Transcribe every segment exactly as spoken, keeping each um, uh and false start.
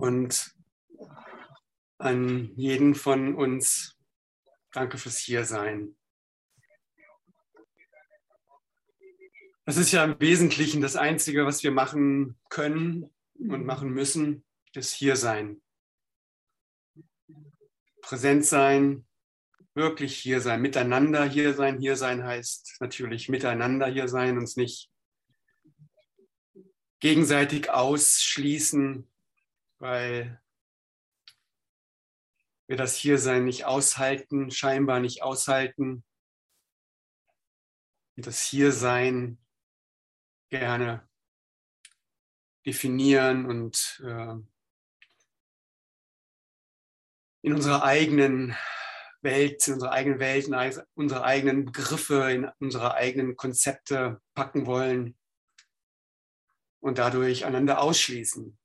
Und an jeden von uns danke fürs Hiersein. Das ist ja im Wesentlichen das Einzige, was wir machen können und machen müssen, ist Hiersein. Präsent sein, wirklich hier sein, miteinander hier sein. Hier sein heißt natürlich miteinander hier sein, uns nicht gegenseitig ausschließen, weil wir das Hiersein nicht aushalten, scheinbar nicht aushalten. Und das Hiersein gerne definieren und äh, in unserer eigenen Welt, in unserer eigenen Welt, in unsere eigenen Begriffe, in unsere eigenen Konzepte packen wollen und dadurch einander ausschließen.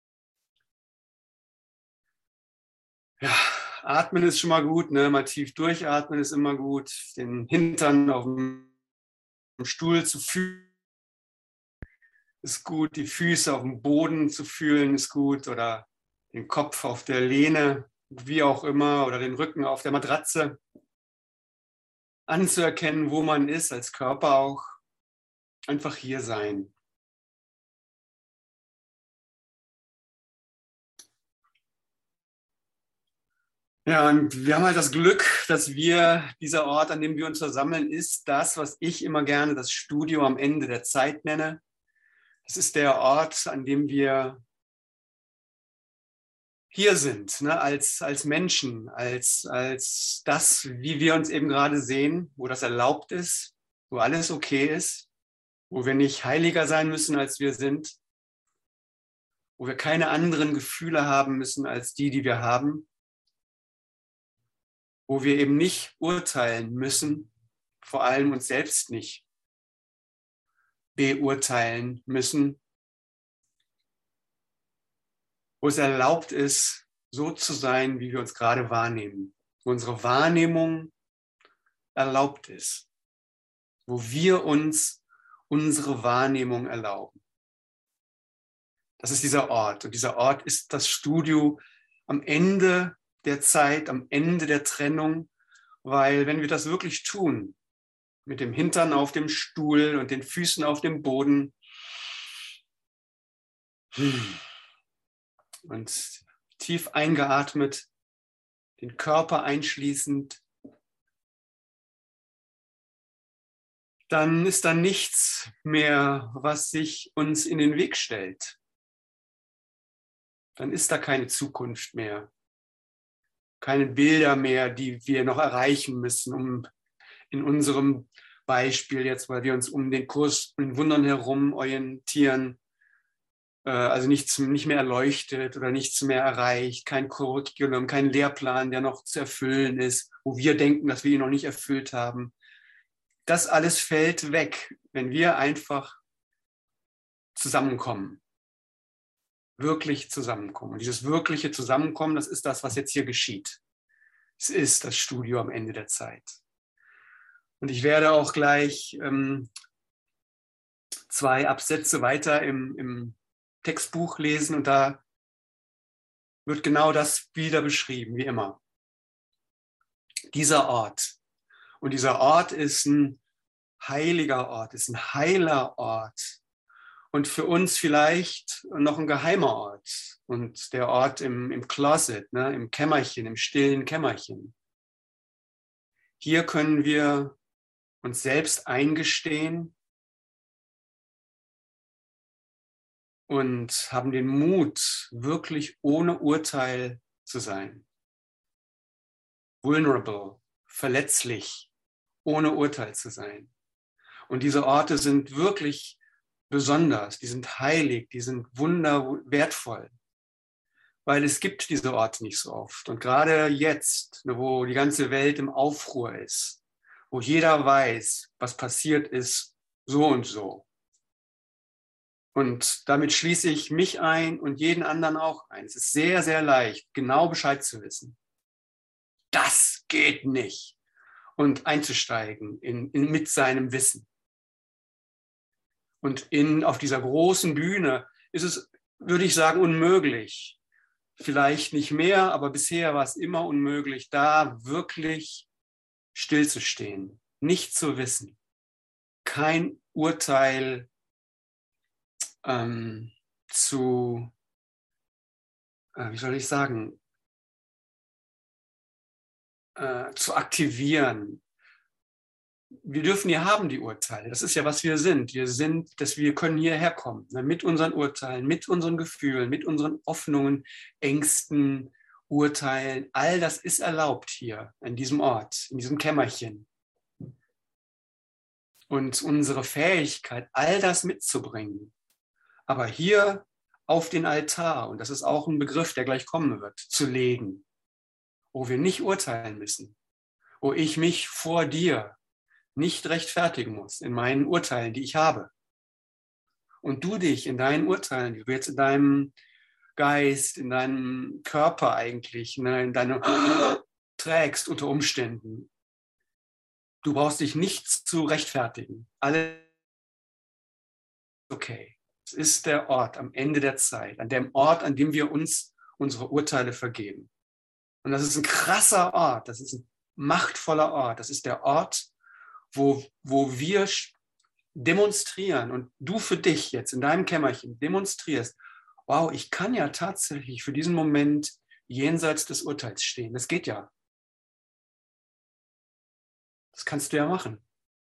Ja, atmen ist schon mal gut, ne? Mal tief durchatmen ist immer gut, den Hintern auf dem Stuhl zu fühlen ist gut, die Füße auf dem Boden zu fühlen ist gut oder den Kopf auf der Lehne, wie auch immer, oder den Rücken auf der Matratze. Anzuerkennen, wo man ist, als Körper auch. Einfach hier sein. Ja, und wir haben halt das Glück, dass wir, dieser Ort, an dem wir uns versammeln, ist das, was ich immer gerne das Studio am Ende der Zeit nenne. Das ist der Ort, an dem wir hier sind, ne, als, als Menschen, als, als das, wie wir uns eben gerade sehen, wo das erlaubt ist, wo alles okay ist, wo wir nicht heiliger sein müssen, als wir sind, wo wir keine anderen Gefühle haben müssen als die, die wir haben, wo wir eben nicht urteilen müssen, vor allem uns selbst nicht beurteilen müssen, wo es erlaubt ist, so zu sein, wie wir uns gerade wahrnehmen, wo unsere Wahrnehmung erlaubt ist, wo wir uns unsere Wahrnehmung erlauben. Das ist dieser Ort und dieser Ort ist das Studio am Ende der Zeit, am Ende der Trennung, weil wenn wir das wirklich tun, mit dem Hintern auf dem Stuhl und den Füßen auf dem Boden und tief eingeatmet, den Körper einschließend, dann ist da nichts mehr, was sich uns in den Weg stellt. Dann ist da keine Zukunft mehr, keine Bilder mehr, die wir noch erreichen müssen, um in unserem Beispiel jetzt, weil wir uns um den Kurs in Wundern herum orientieren, äh, also nichts nicht mehr erleuchtet oder nichts mehr erreicht, kein Curriculum, kein Lehrplan, der noch zu erfüllen ist, wo wir denken, dass wir ihn noch nicht erfüllt haben. Das alles fällt weg, wenn wir einfach zusammenkommen. Wirklich zusammenkommen. Und dieses wirkliche Zusammenkommen, das ist das, was jetzt hier geschieht. Es ist das Studio am Ende der Zeit. Und ich werde auch gleich ähm, zwei Absätze weiter im, im Textbuch lesen und da wird genau das wieder beschrieben, wie immer. Dieser Ort. Und dieser Ort ist ein heiliger Ort, ist ein heiler Ort. Und für uns vielleicht noch ein geheimer Ort. Und der Ort im, im Closet, ne, im Kämmerchen, im stillen Kämmerchen. Hier können wir uns selbst eingestehen und haben den Mut, wirklich ohne Urteil zu sein. Vulnerable, verletzlich, ohne Urteil zu sein. Und diese Orte sind wirklich besonders, die sind heilig, die sind wunderwertvoll, weil es gibt diese Orte nicht so oft. Und gerade jetzt, wo die ganze Welt im Aufruhr ist, wo jeder weiß, was passiert ist, so und so. Und damit schließe ich mich ein und jeden anderen auch ein. Es ist sehr, sehr leicht, genau Bescheid zu wissen. Das geht nicht. Und einzusteigen in, in, mit seinem Wissen. Und in, auf dieser großen Bühne ist es, würde ich sagen, unmöglich, vielleicht nicht mehr, aber bisher war es immer unmöglich, da wirklich stillzustehen, nicht zu wissen, kein Urteil ähm, zu, äh, wie soll ich sagen, äh, zu aktivieren. Wir dürfen ja haben die Urteile. Das ist ja, was wir sind. Wir sind, dass wir können hierher kommen, ne? Mit unseren Urteilen, mit unseren Gefühlen, mit unseren Hoffnungen, Ängsten, Urteilen. All das ist erlaubt hier an diesem Ort, in diesem Kämmerchen. Und unsere Fähigkeit, all das mitzubringen, aber hier auf den Altar, und das ist auch ein Begriff, der gleich kommen wird, zu legen, wo wir nicht urteilen müssen, wo ich mich vor dir nicht rechtfertigen muss in meinen Urteilen, die ich habe. Und du dich in deinen Urteilen, die du jetzt in deinem Geist, in deinem Körper eigentlich, in deinem trägst unter Umständen. Du brauchst dich nicht zu rechtfertigen. Alles okay. Es ist der Ort am Ende der Zeit, an dem Ort, an dem wir uns unsere Urteile vergeben. Und das ist ein krasser Ort, das ist ein machtvoller Ort. Das ist der Ort, wo, wo wir demonstrieren und du für dich jetzt in deinem Kämmerchen demonstrierst, wow, ich kann ja tatsächlich für diesen Moment jenseits des Urteils stehen. Das geht ja. Das kannst du ja machen.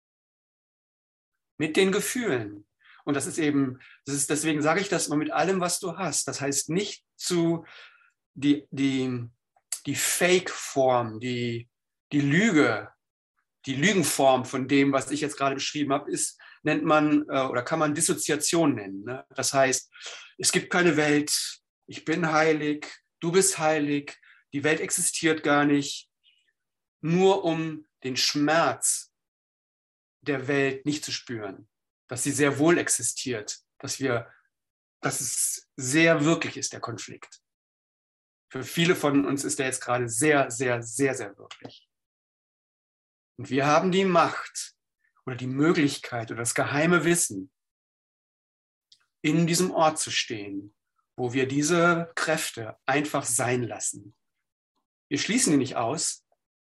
Mit den Gefühlen. Und das ist eben, das ist, deswegen sage ich das immer mit allem, was du hast. Das heißt nicht zu die, die, die Fake-Form, die, die Lüge, die Lügenform von dem, was ich jetzt gerade beschrieben habe, ist, nennt man äh, oder kann man Dissoziation nennen. Ne? Das heißt, es gibt keine Welt, ich bin heilig, du bist heilig, die Welt existiert gar nicht, nur um den Schmerz der Welt nicht zu spüren, dass sie sehr wohl existiert, dass wir, dass es sehr wirklich ist, der Konflikt. Für viele von uns ist der jetzt gerade sehr, sehr, sehr, sehr wirklich. Und wir haben die Macht oder die Möglichkeit oder das geheime Wissen, in diesem Ort zu stehen, wo wir diese Kräfte einfach sein lassen. Wir schließen die nicht aus.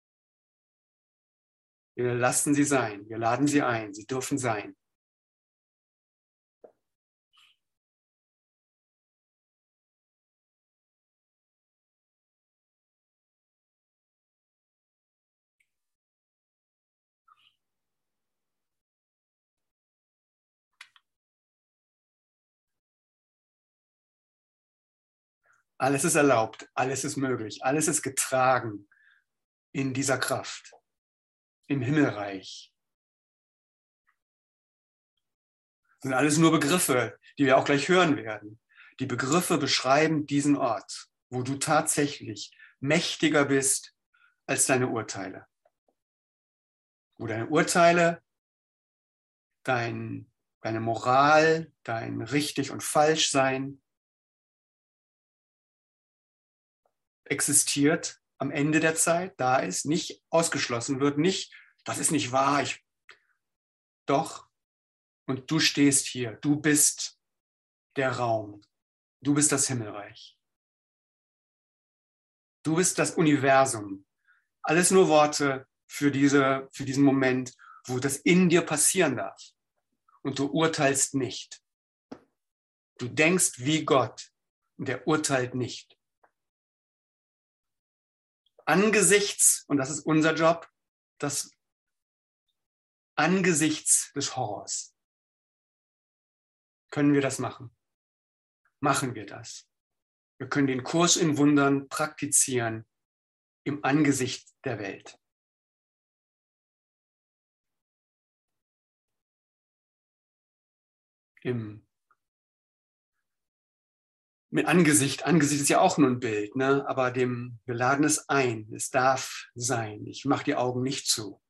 Wir lassen sie sein. Wir laden sie ein. Sie dürfen sein. Alles ist erlaubt, alles ist möglich, alles ist getragen in dieser Kraft, im Himmelreich. Das sind alles nur Begriffe, die wir auch gleich hören werden. Die Begriffe beschreiben diesen Ort, wo du tatsächlich mächtiger bist als deine Urteile. Wo deine Urteile, dein, deine Moral, dein richtig und falsch sein existiert am Ende der Zeit, da ist, nicht ausgeschlossen wird, nicht, das ist nicht wahr, ich, doch, und du stehst hier, du bist der Raum, du bist das Himmelreich, du bist das Universum, alles nur Worte für, diese, für diesen Moment, wo das in dir passieren darf und du urteilst nicht. Du denkst wie Gott und er urteilt nicht. Angesichts, und das ist unser Job, das angesichts des Horrors. Können wir das machen? Machen wir das. Wir können den Kurs in Wundern praktizieren im Angesicht der Welt. Im Mit Angesicht, Angesicht ist ja auch nur ein Bild, ne? Aber dem, wir laden es ein, es darf sein. Ich mache die Augen nicht zu.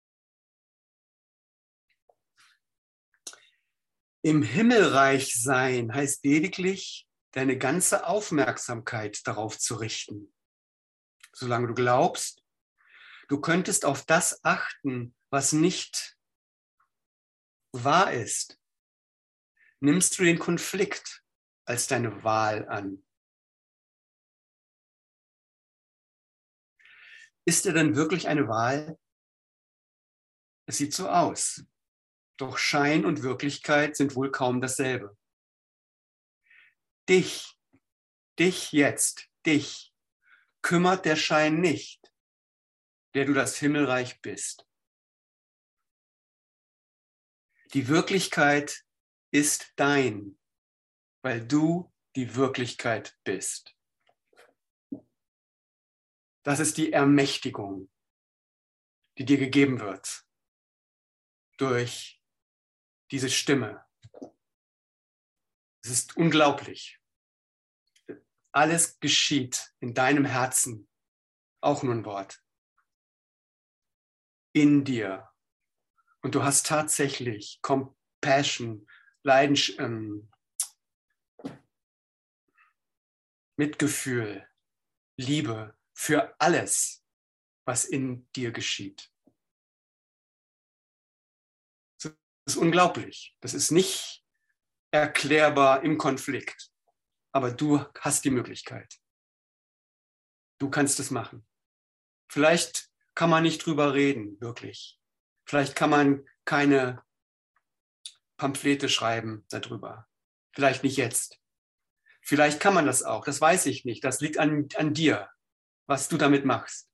Im Himmelreich sein heißt lediglich, deine ganze Aufmerksamkeit darauf zu richten. Solange du glaubst, du könntest auf das achten, was nicht wahr ist, nimmst du den Konflikt als deine Wahl an. Ist er denn wirklich eine Wahl? Es sieht so aus. Doch Schein und Wirklichkeit sind wohl kaum dasselbe. Dich, dich jetzt, dich, kümmert der Schein nicht, der du das Himmelreich bist. Die Wirklichkeit ist dein, weil du die Wirklichkeit bist. Das ist die Ermächtigung, die dir gegeben wird durch diese Stimme. Es ist unglaublich. Alles geschieht in deinem Herzen, auch nur ein Wort, in dir. Und du hast tatsächlich Compassion, Leidenschaft, ähm, Mitgefühl, Liebe für alles, was in dir geschieht. Das ist unglaublich. Das ist nicht erklärbar im Konflikt. Aber du hast die Möglichkeit. Du kannst es machen. Vielleicht kann man nicht drüber reden, wirklich. Vielleicht kann man keine Pamphlete schreiben darüber. Vielleicht nicht jetzt. Vielleicht kann man das auch. Das weiß ich nicht. Das liegt an, an dir, was du damit machst.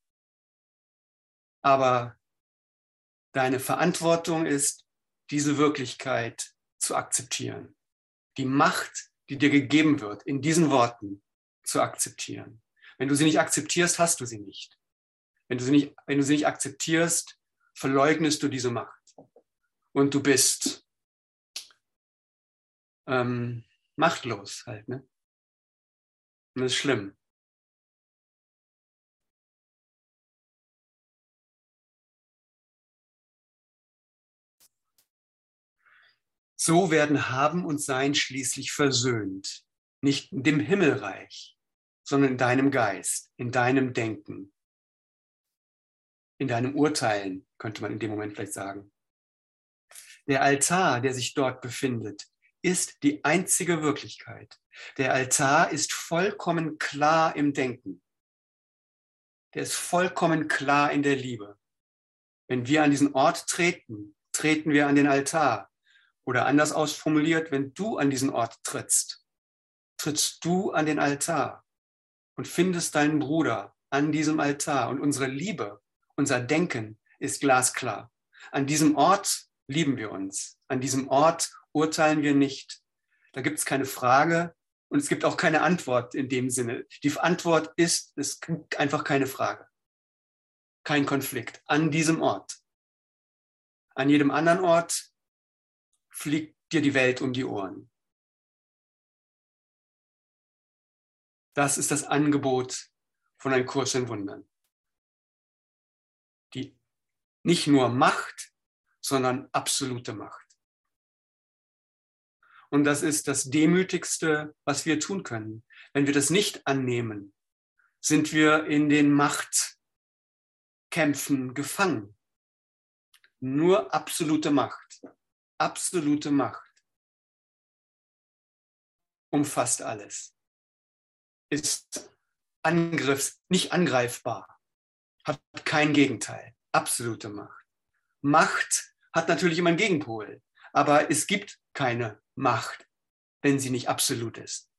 Aber deine Verantwortung ist, diese Wirklichkeit zu akzeptieren. Die Macht, die dir gegeben wird, in diesen Worten zu akzeptieren. Wenn du sie nicht akzeptierst, hast du sie nicht. Wenn du sie nicht, wenn du sie nicht akzeptierst, verleugnest du diese Macht. Und du bist ähm, machtlos halt, ne? Und das ist schlimm. So werden Haben und Sein schließlich versöhnt. Nicht in dem Himmelreich, sondern in deinem Geist, in deinem Denken, in deinem Urteilen, könnte man in dem Moment vielleicht sagen. Der Altar, der sich dort befindet, ist die einzige Wirklichkeit. Der Altar ist vollkommen klar im Denken. Der ist vollkommen klar in der Liebe. Wenn wir an diesen Ort treten, treten wir an den Altar. Oder anders ausformuliert, wenn du an diesen Ort trittst, trittst du an den Altar und findest deinen Bruder an diesem Altar. Und unsere Liebe, unser Denken ist glasklar. An diesem Ort lieben wir uns. An diesem Ort urteilen wir nicht. Da gibt es keine Frage und es gibt auch keine Antwort in dem Sinne. Die Antwort ist, es gibt einfach keine Frage. Kein Konflikt. An diesem Ort. An jedem anderen Ort fliegt dir die Welt um die Ohren. Das ist das Angebot von einem Kurs in Wundern. Die nicht nur Macht, sondern absolute Macht. Und das ist das Demütigste, was wir tun können. Wenn wir das nicht annehmen, sind wir in den Machtkämpfen gefangen. Nur absolute Macht. Absolute Macht umfasst alles. Ist Angriffs, nicht angreifbar. Hat kein Gegenteil. Absolute Macht. Macht hat natürlich immer einen Gegenpol. Aber es gibt keine Macht, wenn sie nicht absolut ist.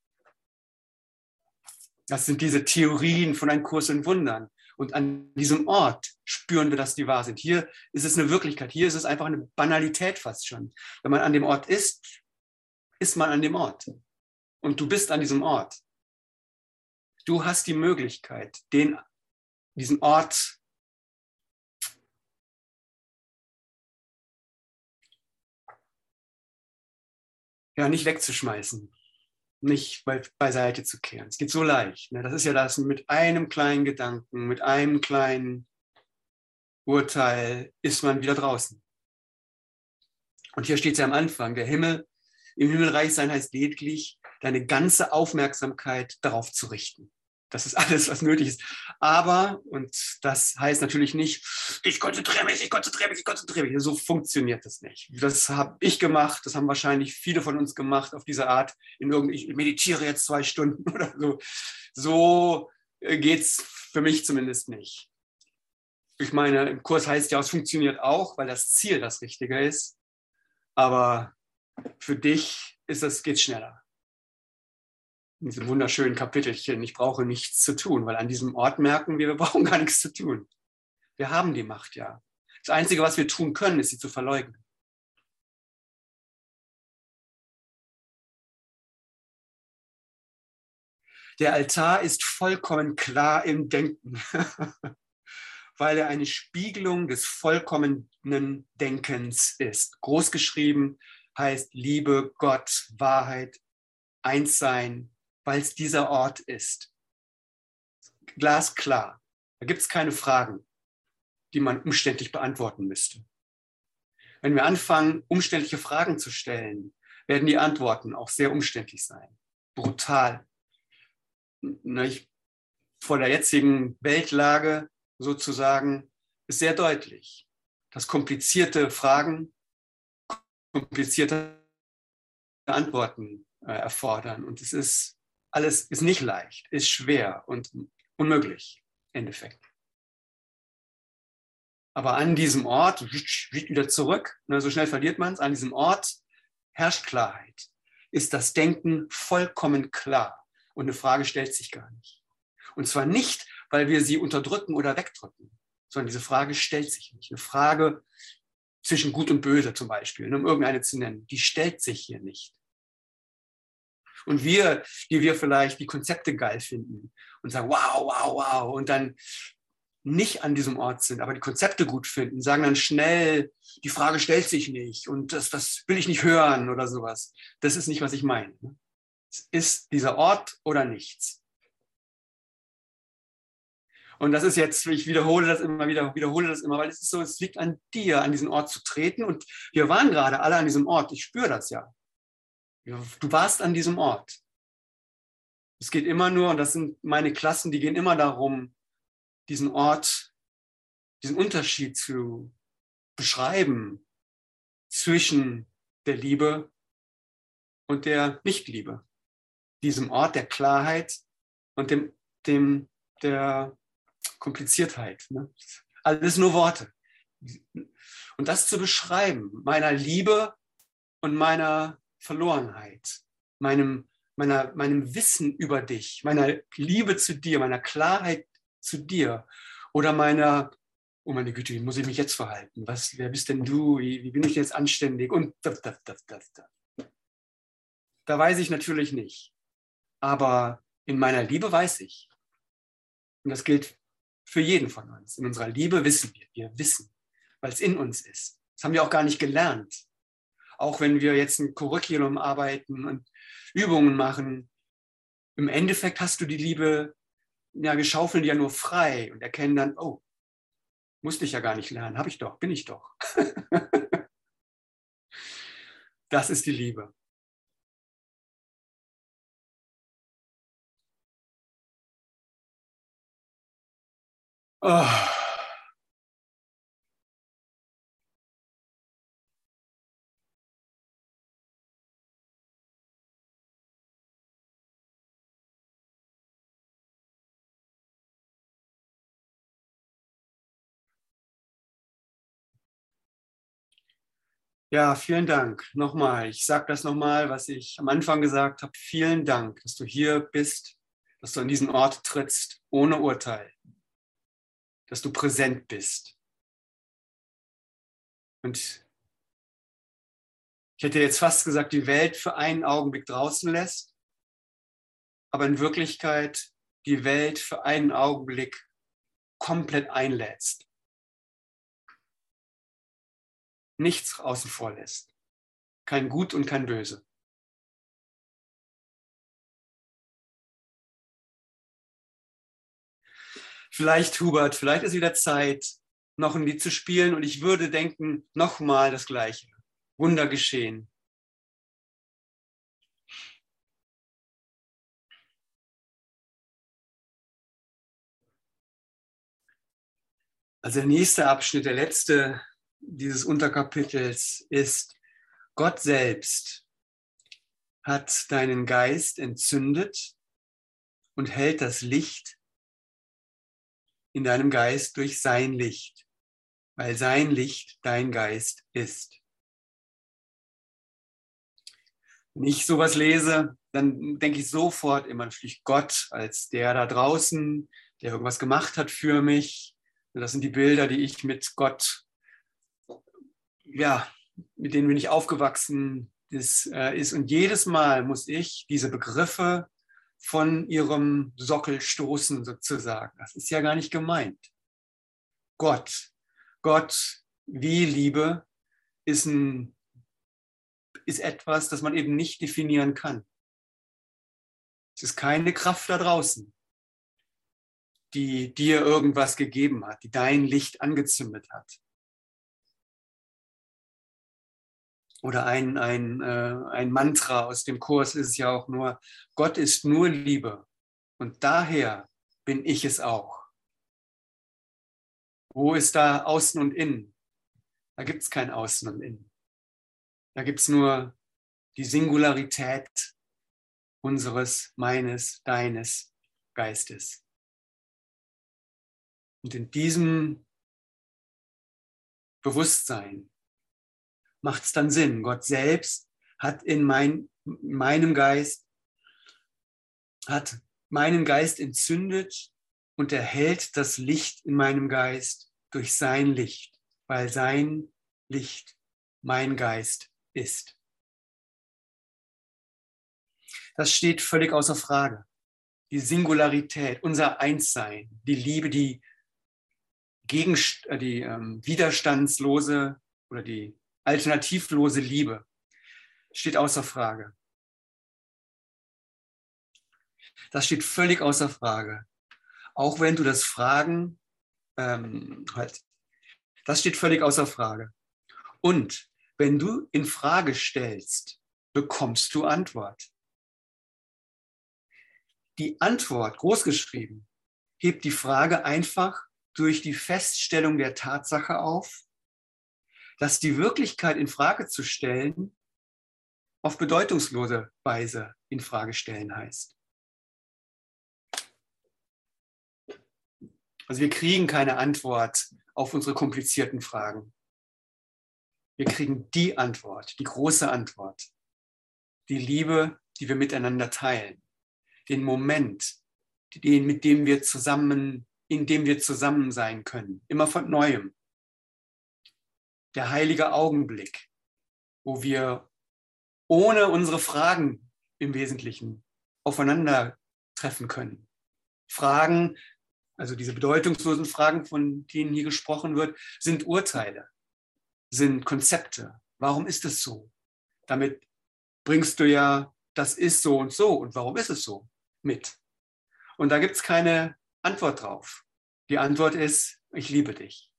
Das sind diese Theorien von einem Kurs in Wundern. Und an diesem Ort spüren wir, dass die wahr sind. Hier ist es eine Wirklichkeit. Hier ist es einfach eine Banalität fast schon. Wenn man an dem Ort ist, ist man an dem Ort. Und du bist an diesem Ort. Du hast die Möglichkeit, den, diesen Ort ja, nicht wegzuschmeißen. Nicht be beiseite zu kehren. Es geht so leicht. Ne? Das ist ja das mit einem kleinen Gedanken, mit einem kleinen Urteil ist man wieder draußen. Und hier steht es ja am Anfang, der Himmel, im Himmelreich sein heißt lediglich, deine ganze Aufmerksamkeit darauf zu richten. Das ist alles, was nötig ist. Aber, und das heißt natürlich nicht, ich konzentriere mich, ich konzentriere mich, ich konzentriere mich. So funktioniert das nicht. Das habe ich gemacht, das haben wahrscheinlich viele von uns gemacht auf diese Art. In irgend, ich meditiere jetzt zwei Stunden oder so. So geht es für mich zumindest nicht. Ich meine, im Kurs heißt ja, es funktioniert auch, weil das Ziel das Richtige ist. Aber für dich ist es, geht schneller. In diesem wunderschönen Kapitelchen, ich brauche nichts zu tun, weil an diesem Ort merken wir, wir brauchen gar nichts zu tun. Wir haben die Macht ja. Das Einzige, was wir tun können, ist, sie zu verleugnen. Der Altar ist vollkommen klar im Denken, weil er eine Spiegelung des vollkommenen Denkens ist. Großgeschrieben heißt Liebe, Gott, Wahrheit, Einssein, weil es dieser Ort ist. Glasklar. Da gibt es keine Fragen, die man umständlich beantworten müsste. Wenn wir anfangen, umständliche Fragen zu stellen, werden die Antworten auch sehr umständlich sein. Brutal. Vor der jetzigen Weltlage sozusagen ist sehr deutlich, dass komplizierte Fragen komplizierte Antworten äh, erfordern. Und es ist alles ist nicht leicht, ist schwer und unmöglich im Endeffekt. Aber an diesem Ort, wieder zurück, ne, so schnell verliert man es, an diesem Ort herrscht Klarheit. Ist das Denken vollkommen klar und eine Frage stellt sich gar nicht. Und zwar nicht, weil wir sie unterdrücken oder wegdrücken, sondern diese Frage stellt sich nicht. Eine Frage zwischen Gut und Böse zum Beispiel, um irgendeine zu nennen, die stellt sich hier nicht. Und wir, die wir vielleicht die Konzepte geil finden und sagen, wow, wow, wow, und dann nicht an diesem Ort sind, aber die Konzepte gut finden, sagen dann schnell, die Frage stellt sich nicht und das, das will ich nicht hören oder sowas. Das ist nicht, was ich meine. Es ist dieser Ort oder nichts. Und das ist jetzt, ich wiederhole das immer wieder, wiederhole das immer, weil es ist so, es liegt an dir, an diesen Ort zu treten. Und wir waren gerade alle an diesem Ort. Ich spüre das ja. Du warst an diesem Ort. Es geht immer nur, und das sind meine Klassen, die gehen immer darum, diesen Ort, diesen Unterschied zu beschreiben zwischen der Liebe und der Nichtliebe. Diesem Ort der Klarheit und dem, dem der Kompliziertheit. Ne? Alles nur Worte. Und das zu beschreiben, meiner Liebe und meiner Verlorenheit, meinem, meiner, meinem Wissen über dich, meiner Liebe zu dir, meiner Klarheit zu dir oder meiner, oh meine Güte, wie muss ich mich jetzt verhalten? Was, wer bist denn du? Wie, wie bin ich jetzt anständig? Und da, da, da, da, da. Da weiß ich natürlich nicht. Aber in meiner Liebe weiß ich. Und das gilt für jeden von uns. In unserer Liebe wissen wir. Wir wissen, weil es in uns ist. Das haben wir auch gar nicht gelernt. Auch wenn wir jetzt ein Curriculum arbeiten und Übungen machen. Im Endeffekt hast du die Liebe, ja, wir schaufeln die ja nur frei und erkennen dann, oh, musste ich ja gar nicht lernen. Habe ich doch, bin ich doch. Das ist die Liebe. Oh. Ja, vielen Dank. Nochmal, ich sage das nochmal, was ich am Anfang gesagt habe. Vielen Dank, dass du hier bist, dass du an diesen Ort trittst, ohne Urteil, dass du präsent bist. Und ich hätte jetzt fast gesagt, die Welt für einen Augenblick draußen lässt, aber in Wirklichkeit die Welt für einen Augenblick komplett einlädst. Nichts außen vor lässt. Kein Gut und kein Böse. Vielleicht, Hubert, vielleicht ist wieder Zeit, noch ein Lied zu spielen und ich würde denken, nochmal das Gleiche. Wunder geschehen. Also der nächste Abschnitt, der letzte dieses Unterkapitels ist: Gott selbst hat deinen Geist entzündet und hält das Licht in deinem Geist durch sein Licht, weil sein Licht dein Geist ist. Wenn ich sowas lese, dann denke ich sofort immer natürlich Gott als der da draußen, der irgendwas gemacht hat für mich. Das sind die Bilder, die ich mit Gott, ja, mit denen bin ich aufgewachsen das, äh, ist. Und jedes Mal muss ich diese Begriffe von ihrem Sockel stoßen, sozusagen. Das ist ja gar nicht gemeint. Gott, Gott wie Liebe ist, ein, ist etwas, das man eben nicht definieren kann. Es ist keine Kraft da draußen, die dir irgendwas gegeben hat, die dein Licht angezündet hat. Oder ein, ein, äh, ein Mantra aus dem Kurs ist es ja auch nur, Gott ist nur Liebe und daher bin ich es auch. Wo ist da Außen und Innen? Da gibt es kein Außen und Innen. Da gibt es nur die Singularität unseres, meines, deines Geistes. Und in diesem Bewusstsein macht es dann Sinn. Gott selbst hat in mein, meinem Geist, hat meinen Geist entzündet und erhält das Licht in meinem Geist durch sein Licht, weil sein Licht mein Geist ist. Das steht völlig außer Frage. Die Singularität, unser Einssein, die Liebe, die, Gegenst- die ähm, widerstandslose oder die alternativlose Liebe steht außer Frage. Das steht völlig außer Frage. Auch wenn du das Fragen, ähm, halt, das steht völlig außer Frage. Und wenn du in Frage stellst, bekommst du Antwort. Die Antwort, großgeschrieben, hebt die Frage einfach durch die Feststellung der Tatsache auf, dass die Wirklichkeit in Frage zu stellen auf bedeutungslose Weise in Frage stellen heißt. Also wir kriegen keine Antwort auf unsere komplizierten Fragen. Wir kriegen die Antwort, die große Antwort, die Liebe, die wir miteinander teilen, den Moment, den, mit dem wir zusammen, in dem wir zusammen sein können, immer von Neuem. Der heilige Augenblick, wo wir ohne unsere Fragen im Wesentlichen aufeinandertreffen können. Fragen, also diese bedeutungslosen Fragen, von denen hier gesprochen wird, sind Urteile, sind Konzepte. Warum ist es so? Damit bringst du ja, das ist so und so und warum ist es so mit? Und da gibt es keine Antwort drauf. Die Antwort ist, ich liebe dich.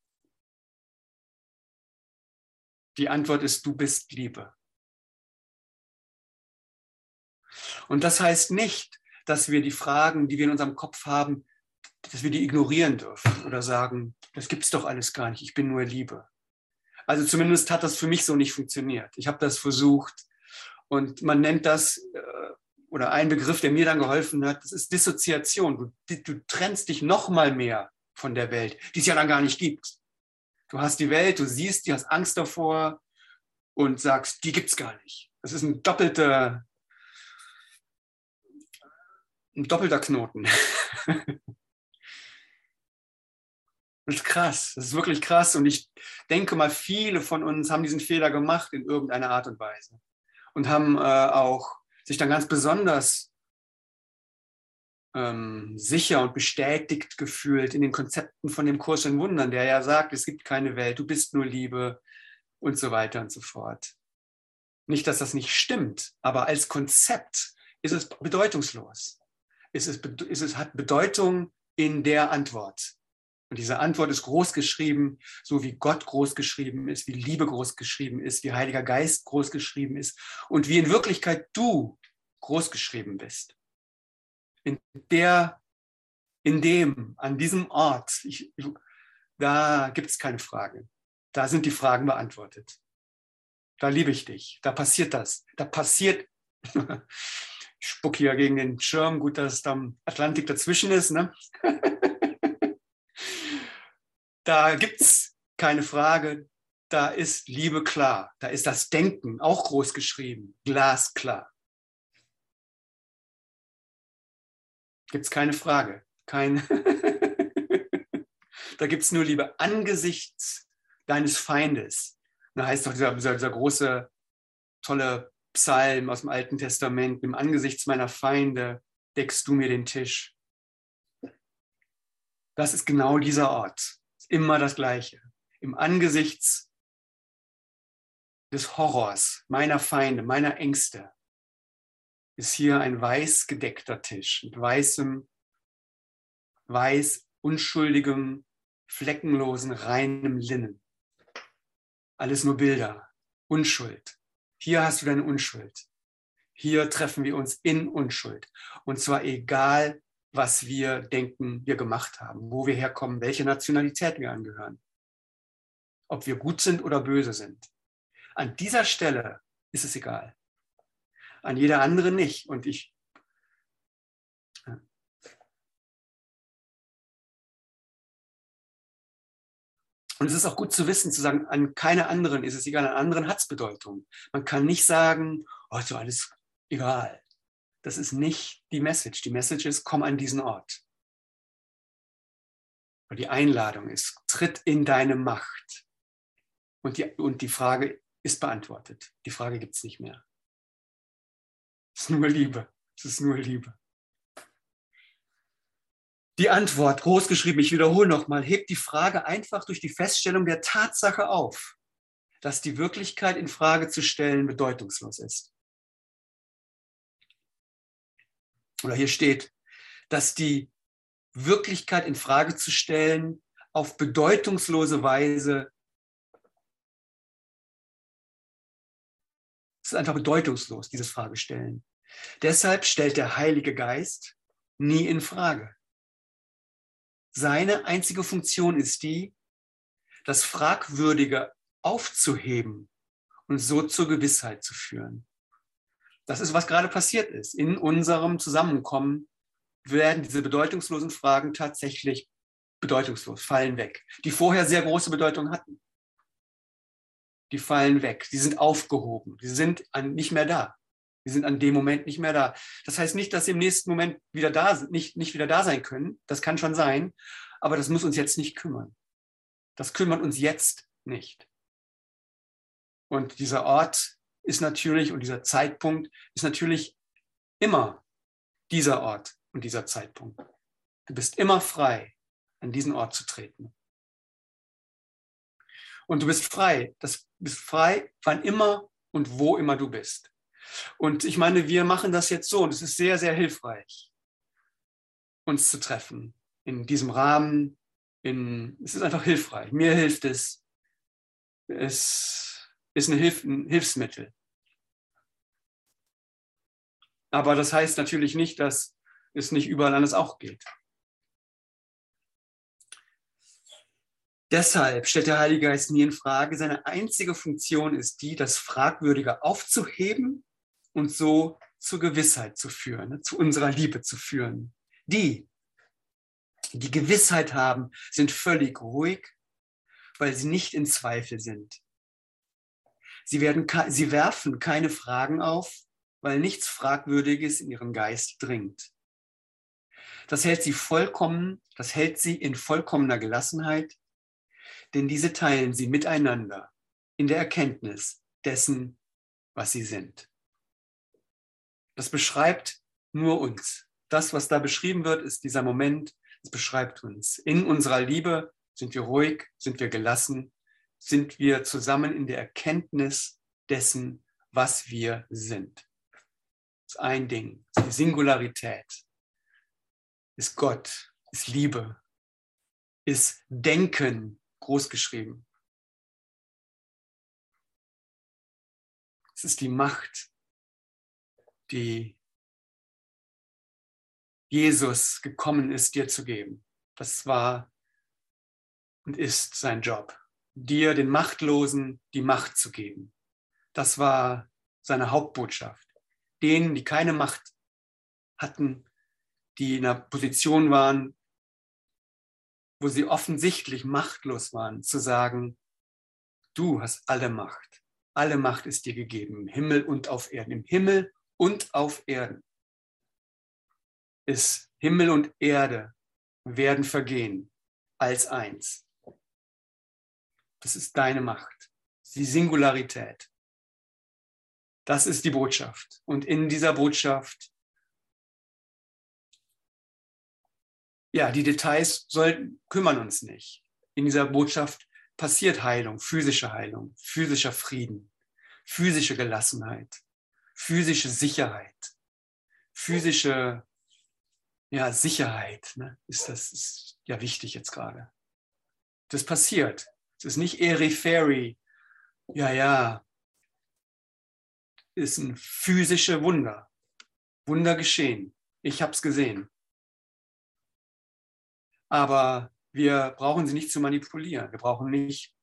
Die Antwort ist, du bist Liebe. Und das heißt nicht, dass wir die Fragen, die wir in unserem Kopf haben, dass wir die ignorieren dürfen oder sagen, das gibt es doch alles gar nicht, ich bin nur Liebe. Also zumindest hat das für mich so nicht funktioniert. Ich habe das versucht und man nennt das, oder ein Begriff, der mir dann geholfen hat, das ist Dissoziation. Du, du trennst dich noch mal mehr von der Welt, die es ja dann gar nicht gibt. Du hast die Welt, du siehst, die hast Angst davor und sagst, die gibt es gar nicht. Das ist ein doppelter, ein doppelter Knoten. Das ist krass, das ist wirklich krass. Und ich denke mal, viele von uns haben diesen Fehler gemacht in irgendeiner Art und Weise und haben äh, auch sich dann ganz besonders ähm, sicher und bestätigt gefühlt in den Konzepten von dem Kurs in Wundern, der ja sagt, es gibt keine Welt, du bist nur Liebe und so weiter und so fort. Nicht, dass das nicht stimmt, aber als Konzept ist es bedeutungslos. Es, ist, es hat Bedeutung in der Antwort. Und diese Antwort ist groß geschrieben, so wie Gott groß geschrieben ist, wie Liebe groß geschrieben ist, wie Heiliger Geist groß geschrieben ist und wie in Wirklichkeit du groß geschrieben bist. In der, in dem, an diesem Ort, ich, da gibt es keine Frage. Da sind die Fragen beantwortet. Da liebe ich dich. Da passiert das. Da passiert, ich spucke hier gegen den Schirm, gut, dass es da am Atlantik dazwischen ist, ne? Da gibt es keine Frage, da ist Liebe klar. Da ist das Denken auch groß geschrieben, glasklar. Gibt es keine Frage. Kein da gibt es nur Liebe angesichts deines Feindes. Da heißt doch dieser, dieser, dieser große, tolle Psalm aus dem Alten Testament, im Angesichts meiner Feinde deckst du mir den Tisch. Das ist genau dieser Ort. Ist immer das Gleiche. Im Angesichts des Horrors, meiner Feinde, meiner Ängste, ist hier ein weiß gedeckter Tisch mit weißem, weiß, unschuldigem, fleckenlosen, reinem Linnen. Alles nur Bilder. Unschuld. Hier hast du deine Unschuld. Hier treffen wir uns in Unschuld. Und zwar egal, was wir denken, wir gemacht haben, wo wir herkommen, welche Nationalität wir angehören. Ob wir gut sind oder böse sind. An dieser Stelle ist es egal. An jeder anderen nicht. Und ich Und es ist auch gut zu wissen, zu sagen, an keine anderen ist es egal, an anderen hat es Bedeutung. Man kann nicht sagen, oh, ist doch alles egal. Das ist nicht die Message. Die Message ist, komm an diesen Ort. Und die Einladung ist, tritt in deine Macht. Und die, und die Frage ist beantwortet. Die Frage gibt es nicht mehr. Es ist nur Liebe. Es ist nur Liebe. Die Antwort, großgeschrieben, ich wiederhole nochmal, hebt die Frage einfach durch die Feststellung der Tatsache auf, dass die Wirklichkeit in Frage zu stellen bedeutungslos ist. Oder hier steht, dass die Wirklichkeit in Frage zu stellen auf bedeutungslose Weise, es ist einfach bedeutungslos, dieses Fragestellen. Deshalb stellt der Heilige Geist nie in Frage. Seine einzige Funktion ist die, das Fragwürdige aufzuheben und so zur Gewissheit zu führen. Das ist, was gerade passiert ist. In unserem Zusammenkommen werden diese bedeutungslosen Fragen tatsächlich bedeutungslos, fallen weg, die vorher sehr große Bedeutung hatten. Die fallen weg, die sind aufgehoben, die sind an, nicht mehr da. Die sind an dem Moment nicht mehr da. Das heißt nicht, dass sie im nächsten Moment wieder da sind, nicht, nicht wieder da sein können. Das kann schon sein, aber das muss uns jetzt nicht kümmern. Das kümmert uns jetzt nicht. Und dieser Ort ist natürlich und dieser Zeitpunkt ist natürlich immer dieser Ort und dieser Zeitpunkt. Du bist immer frei, an diesen Ort zu treten. Und du bist frei. Das bist frei, wann immer und wo immer du bist. Und ich meine, wir machen das jetzt so und es ist sehr, sehr hilfreich, uns zu treffen in diesem Rahmen. In, es ist einfach hilfreich. Mir hilft es. Es ist eine Hilf, ein Hilfsmittel. Aber das heißt natürlich nicht, dass es nicht überall anders auch geht. Deshalb stellt der Heilige Geist nie in Frage. Seine einzige Funktion ist die, das Fragwürdige aufzuheben und so zur Gewissheit zu führen, zu unserer Liebe zu führen. Die, die Gewissheit haben, sind völlig ruhig, weil sie nicht in Zweifel sind. Sie, werden, sie werfen keine Fragen auf, weil nichts Fragwürdiges in ihren Geist dringt. Das hält sie vollkommen, das hält sie in vollkommener Gelassenheit, denn diese teilen sie miteinander in der Erkenntnis dessen, was sie sind. Das beschreibt nur uns. Das, was da beschrieben wird, ist dieser Moment, das beschreibt uns. In unserer Liebe sind wir ruhig, sind wir gelassen, sind wir zusammen in der Erkenntnis dessen, was wir sind. Das ist ein Ding, das ist die Singularität, ist Gott, ist Liebe, ist Denken, großgeschrieben. Es ist die Macht, die Jesus gekommen ist, dir zu geben. Das war und ist sein Job, dir, den Machtlosen, die Macht zu geben. Das war seine Hauptbotschaft. Denen, die keine Macht hatten, die in einer Position waren, wo sie offensichtlich machtlos waren, zu sagen, du hast alle Macht. Alle Macht ist dir gegeben, im Himmel und auf Erden. Im Himmel und auf Erden. Ist Himmel und Erde werden vergehen als eins. Das ist deine Macht, die Singularität. Das ist die Botschaft. Und in dieser Botschaft, ja, die Details sollten, kümmern uns nicht. In dieser Botschaft passiert Heilung, physische Heilung, physischer Frieden, physische Gelassenheit, physische Sicherheit, physische ja, Sicherheit. Ne? Ist das ist ja wichtig jetzt gerade. Das passiert. Es ist nicht airy-fairy. Ja, ja. Es ist ein physisches Wunder. Wunder geschehen. Ich habe es gesehen. Aber wir brauchen sie nicht zu manipulieren. Wir brauchen nicht.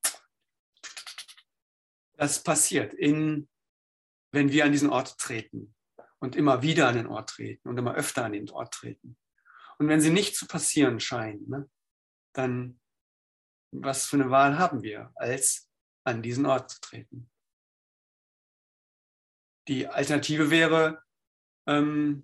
Das passiert, in, wenn wir an diesen Ort treten und immer wieder an den Ort treten und immer öfter an den Ort treten. Und wenn sie nicht zu passieren scheinen, ne, dann was für eine Wahl haben wir, als an diesen Ort zu treten? Die Alternative wäre, ähm,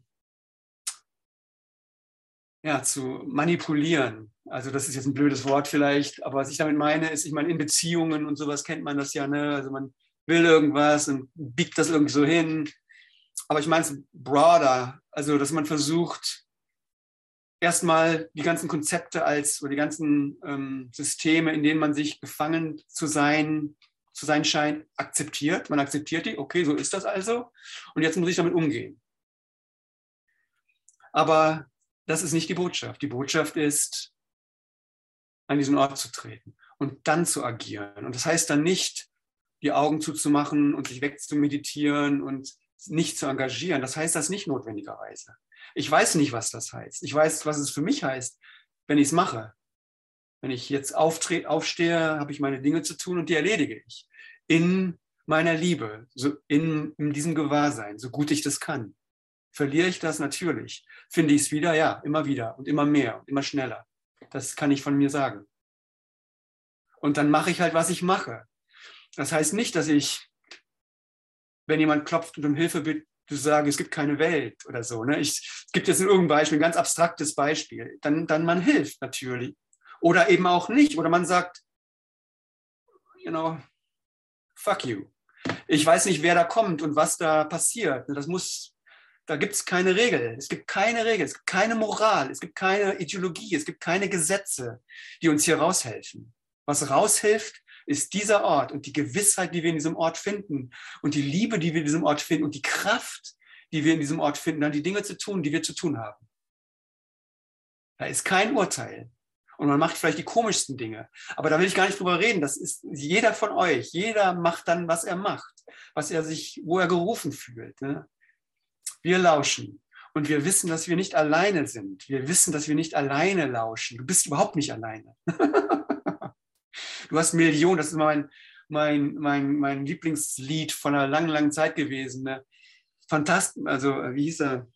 ja, zu manipulieren. Also das ist jetzt ein blödes Wort vielleicht, aber was ich damit meine, ist, ich meine, in Beziehungen und sowas kennt man das ja, ne? Also man will irgendwas und biegt das irgendwie so hin. Aber ich meine es broader, also dass man versucht, erstmal die ganzen Konzepte als, oder die ganzen ähm, Systeme, in denen man sich gefangen zu sein, zu sein scheint, akzeptiert. Man akzeptiert die, okay, so ist das also. Und jetzt muss ich damit umgehen. Aber das ist nicht die Botschaft. Die Botschaft ist, an diesen Ort zu treten und dann zu agieren. Und das heißt dann nicht, die Augen zuzumachen und sich wegzumeditieren und nicht zu engagieren. Das heißt das nicht notwendigerweise. Ich weiß nicht, was das heißt. Ich weiß, was es für mich heißt, wenn ich es mache. Wenn ich jetzt auftre- aufstehe, habe ich meine Dinge zu tun und die erledige ich. In meiner Liebe, so in, in diesem Gewahrsein, so gut ich das kann. Verliere ich das natürlich? Finde ich es wieder? Ja, immer wieder und immer mehr und immer schneller. Das kann ich von mir sagen. Und dann mache ich halt, was ich mache. Das heißt nicht, dass ich, wenn jemand klopft und um Hilfe bittet, sage, es gibt keine Welt oder so. Ne? Ich, es gibt jetzt irgendein Beispiel, ein ganz abstraktes Beispiel. Dann, dann man hilft natürlich. Oder eben auch nicht. Oder man sagt, you know, fuck you. Ich weiß nicht, wer da kommt und was da passiert. Das muss, da gibt es keine Regel. Es gibt keine Regel. Es gibt keine Moral. Es gibt keine Ideologie. Es gibt keine Gesetze, die uns hier raushelfen. Was raushilft, ist dieser Ort und die Gewissheit, die wir in diesem Ort finden und die Liebe, die wir in diesem Ort finden und die Kraft, die wir in diesem Ort finden, dann die Dinge zu tun, die wir zu tun haben. Da ist kein Urteil. Und man macht vielleicht die komischsten Dinge. Aber da will ich gar nicht drüber reden. Das ist jeder von euch. Jeder macht dann, was er macht, was er sich, wo er gerufen fühlt. Ne? Wir lauschen. Und wir wissen, dass wir nicht alleine sind. Wir wissen, dass wir nicht alleine lauschen. Du bist überhaupt nicht alleine. Du hast Millionen, das ist mein, mein, mein, mein Lieblingslied von einer langen, langen Zeit gewesen. Ne? Fantastisch, also wie hieß er?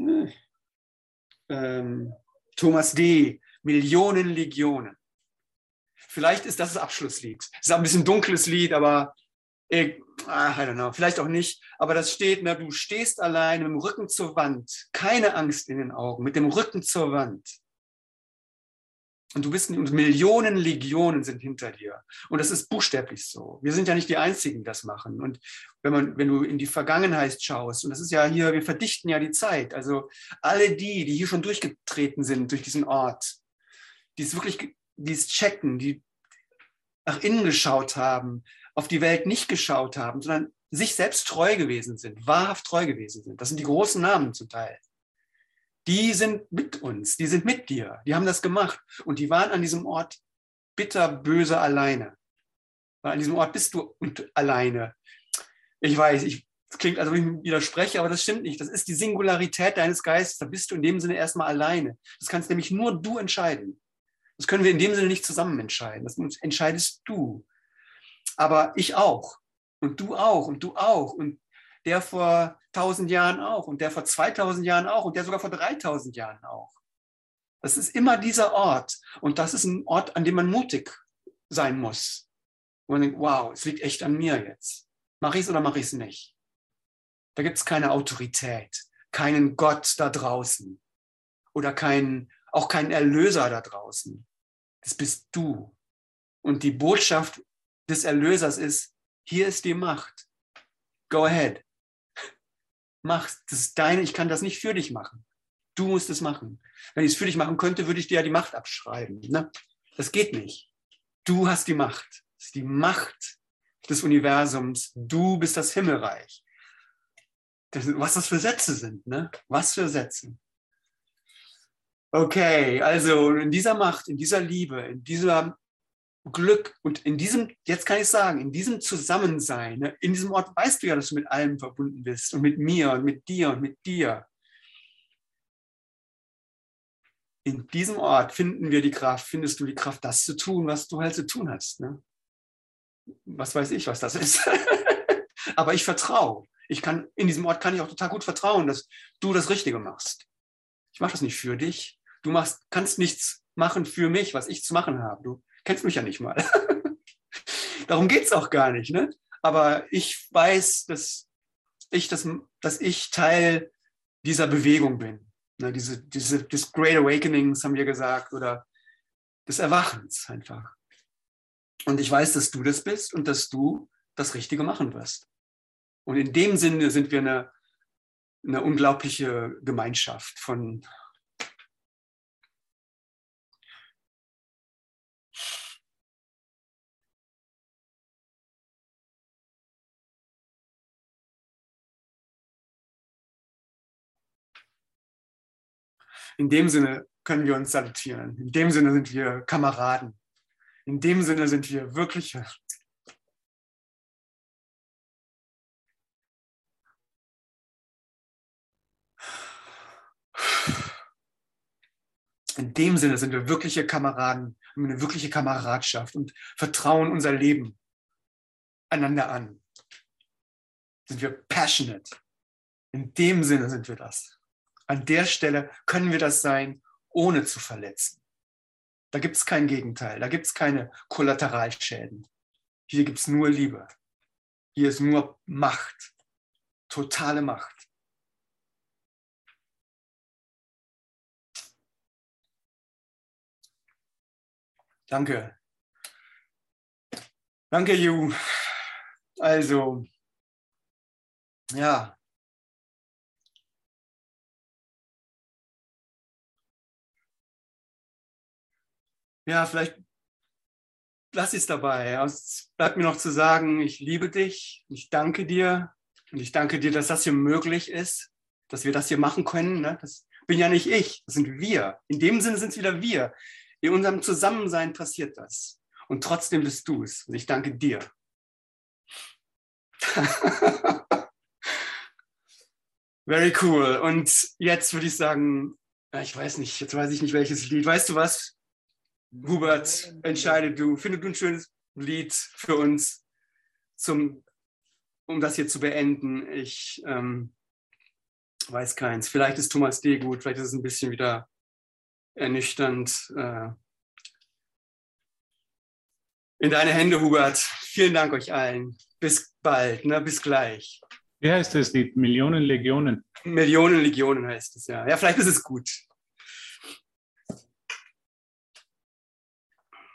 Ähm, Thomas D. Millionen Legionen. Vielleicht ist das das Abschlusslied. Es ist auch ein bisschen ein dunkles Lied, aber ich, I don't know, vielleicht auch nicht. Aber das steht, ne, du stehst allein mit dem Rücken zur Wand, keine Angst in den Augen, mit dem Rücken zur Wand. Und du bist, und Millionen Legionen sind hinter dir. Und das ist buchstäblich so. Wir sind ja nicht die Einzigen, die das machen. Und wenn man, wenn du in die Vergangenheit schaust, und das ist ja hier, wir verdichten ja die Zeit. Also alle die, die hier schon durchgetreten sind durch diesen Ort, die es wirklich, die es checken, die nach innen geschaut haben, auf die Welt nicht geschaut haben, sondern sich selbst treu gewesen sind, wahrhaft treu gewesen sind. Das sind die großen Namen zum Teil. Die sind mit uns, die sind mit dir, die haben das gemacht und die waren an diesem Ort bitterböse alleine. Weil an diesem Ort bist du alleine. Ich weiß, ich, das klingt, als ob ich widerspreche, aber das stimmt nicht. Das ist die Singularität deines Geistes. Da bist du in dem Sinne erstmal alleine. Das kannst nämlich nur du entscheiden. Das können wir in dem Sinne nicht zusammen entscheiden. Das entscheidest du. Aber ich auch. Und du auch. Und du auch. Und der vor tausend Jahren auch. Und der vor zweitausend Jahren auch. Und der sogar vor dreitausend Jahren auch. Das ist immer dieser Ort. Und das ist ein Ort, an dem man mutig sein muss. Wo man denkt, wow, es liegt echt an mir jetzt. Mache ich es oder mache ich es nicht? Da gibt es keine Autorität, keinen Gott da draußen oder keinen, auch keinen Erlöser da draußen. Das bist du. Und die Botschaft des Erlösers ist, hier ist die Macht. Go ahead. Mach, das ist deine, ich kann das nicht für dich machen. Du musst es machen. Wenn ich es für dich machen könnte, würde ich dir ja die Macht abschreiben. Ne? Das geht nicht. Du hast die Macht. Das ist die Macht des Universums. Du bist das Himmelreich. Das, was das für Sätze sind, ne? Was für Sätze. Okay, also in dieser Macht, in dieser Liebe, in diesem Glück und in diesem, jetzt kann ich sagen, in diesem Zusammensein, ne? In diesem Ort weißt du ja, dass du mit allem verbunden bist und mit mir und mit dir und mit dir. In diesem Ort finden wir die Kraft, findest du die Kraft, das zu tun, was du halt zu tun hast. Ne? Was weiß ich, was das ist. Aber ich vertraue. Ich kann, in diesem Ort kann ich auch total gut vertrauen, dass du das Richtige machst. Ich mache das nicht für dich. Du machst, kannst nichts machen für mich, was ich zu machen habe. Du kennst mich ja nicht mal. Darum geht es auch gar nicht. Ne? Aber ich weiß, dass ich, das, dass ich Teil dieser Bewegung bin. Ne, diese, diese, des Great Awakenings haben wir gesagt, oder des Erwachens einfach. Und ich weiß, dass du das bist und dass du das Richtige machen wirst. Und in dem Sinne sind wir eine, eine unglaubliche Gemeinschaft von in dem Sinne können wir uns salutieren. In dem Sinne sind wir Kameraden. In dem Sinne sind wir wirkliche In dem Sinne sind wir wirkliche Kameraden, haben eine wirkliche Kameradschaft und vertrauen unser Leben einander an. Sind wir passionate. In dem Sinne sind wir das. An der Stelle können wir das sein, ohne zu verletzen. Da gibt es kein Gegenteil, da gibt es keine Kollateralschäden. Hier gibt es nur Liebe. Hier ist nur Macht, totale Macht. Danke. Danke, Ju. Also, ja. Ja, vielleicht lass ich es dabei. Es bleibt mir noch zu sagen, ich liebe dich, ich danke dir und ich danke dir, dass das hier möglich ist, dass wir das hier machen können. Ne? Das bin ja nicht ich, das sind wir. In dem Sinne sind es wieder wir. In unserem Zusammensein passiert das. Und trotzdem bist du es. Und ich danke dir. Very cool. Und jetzt würde ich sagen, ich weiß nicht, jetzt weiß ich nicht, welches Lied. Weißt du was? Hubert, entscheide du. Finde du ein schönes Lied für uns, zum, um das hier zu beenden. Ich ähm, weiß keins. Vielleicht ist Thomas D. gut, vielleicht ist es ein bisschen wieder ernüchternd. Äh, in deine Hände, Hubert. Vielen Dank euch allen. Bis bald, ne? Bis gleich. Wie heißt das Lied? Millionen Legionen. Millionen Legionen heißt es, ja. Ja, vielleicht ist es gut.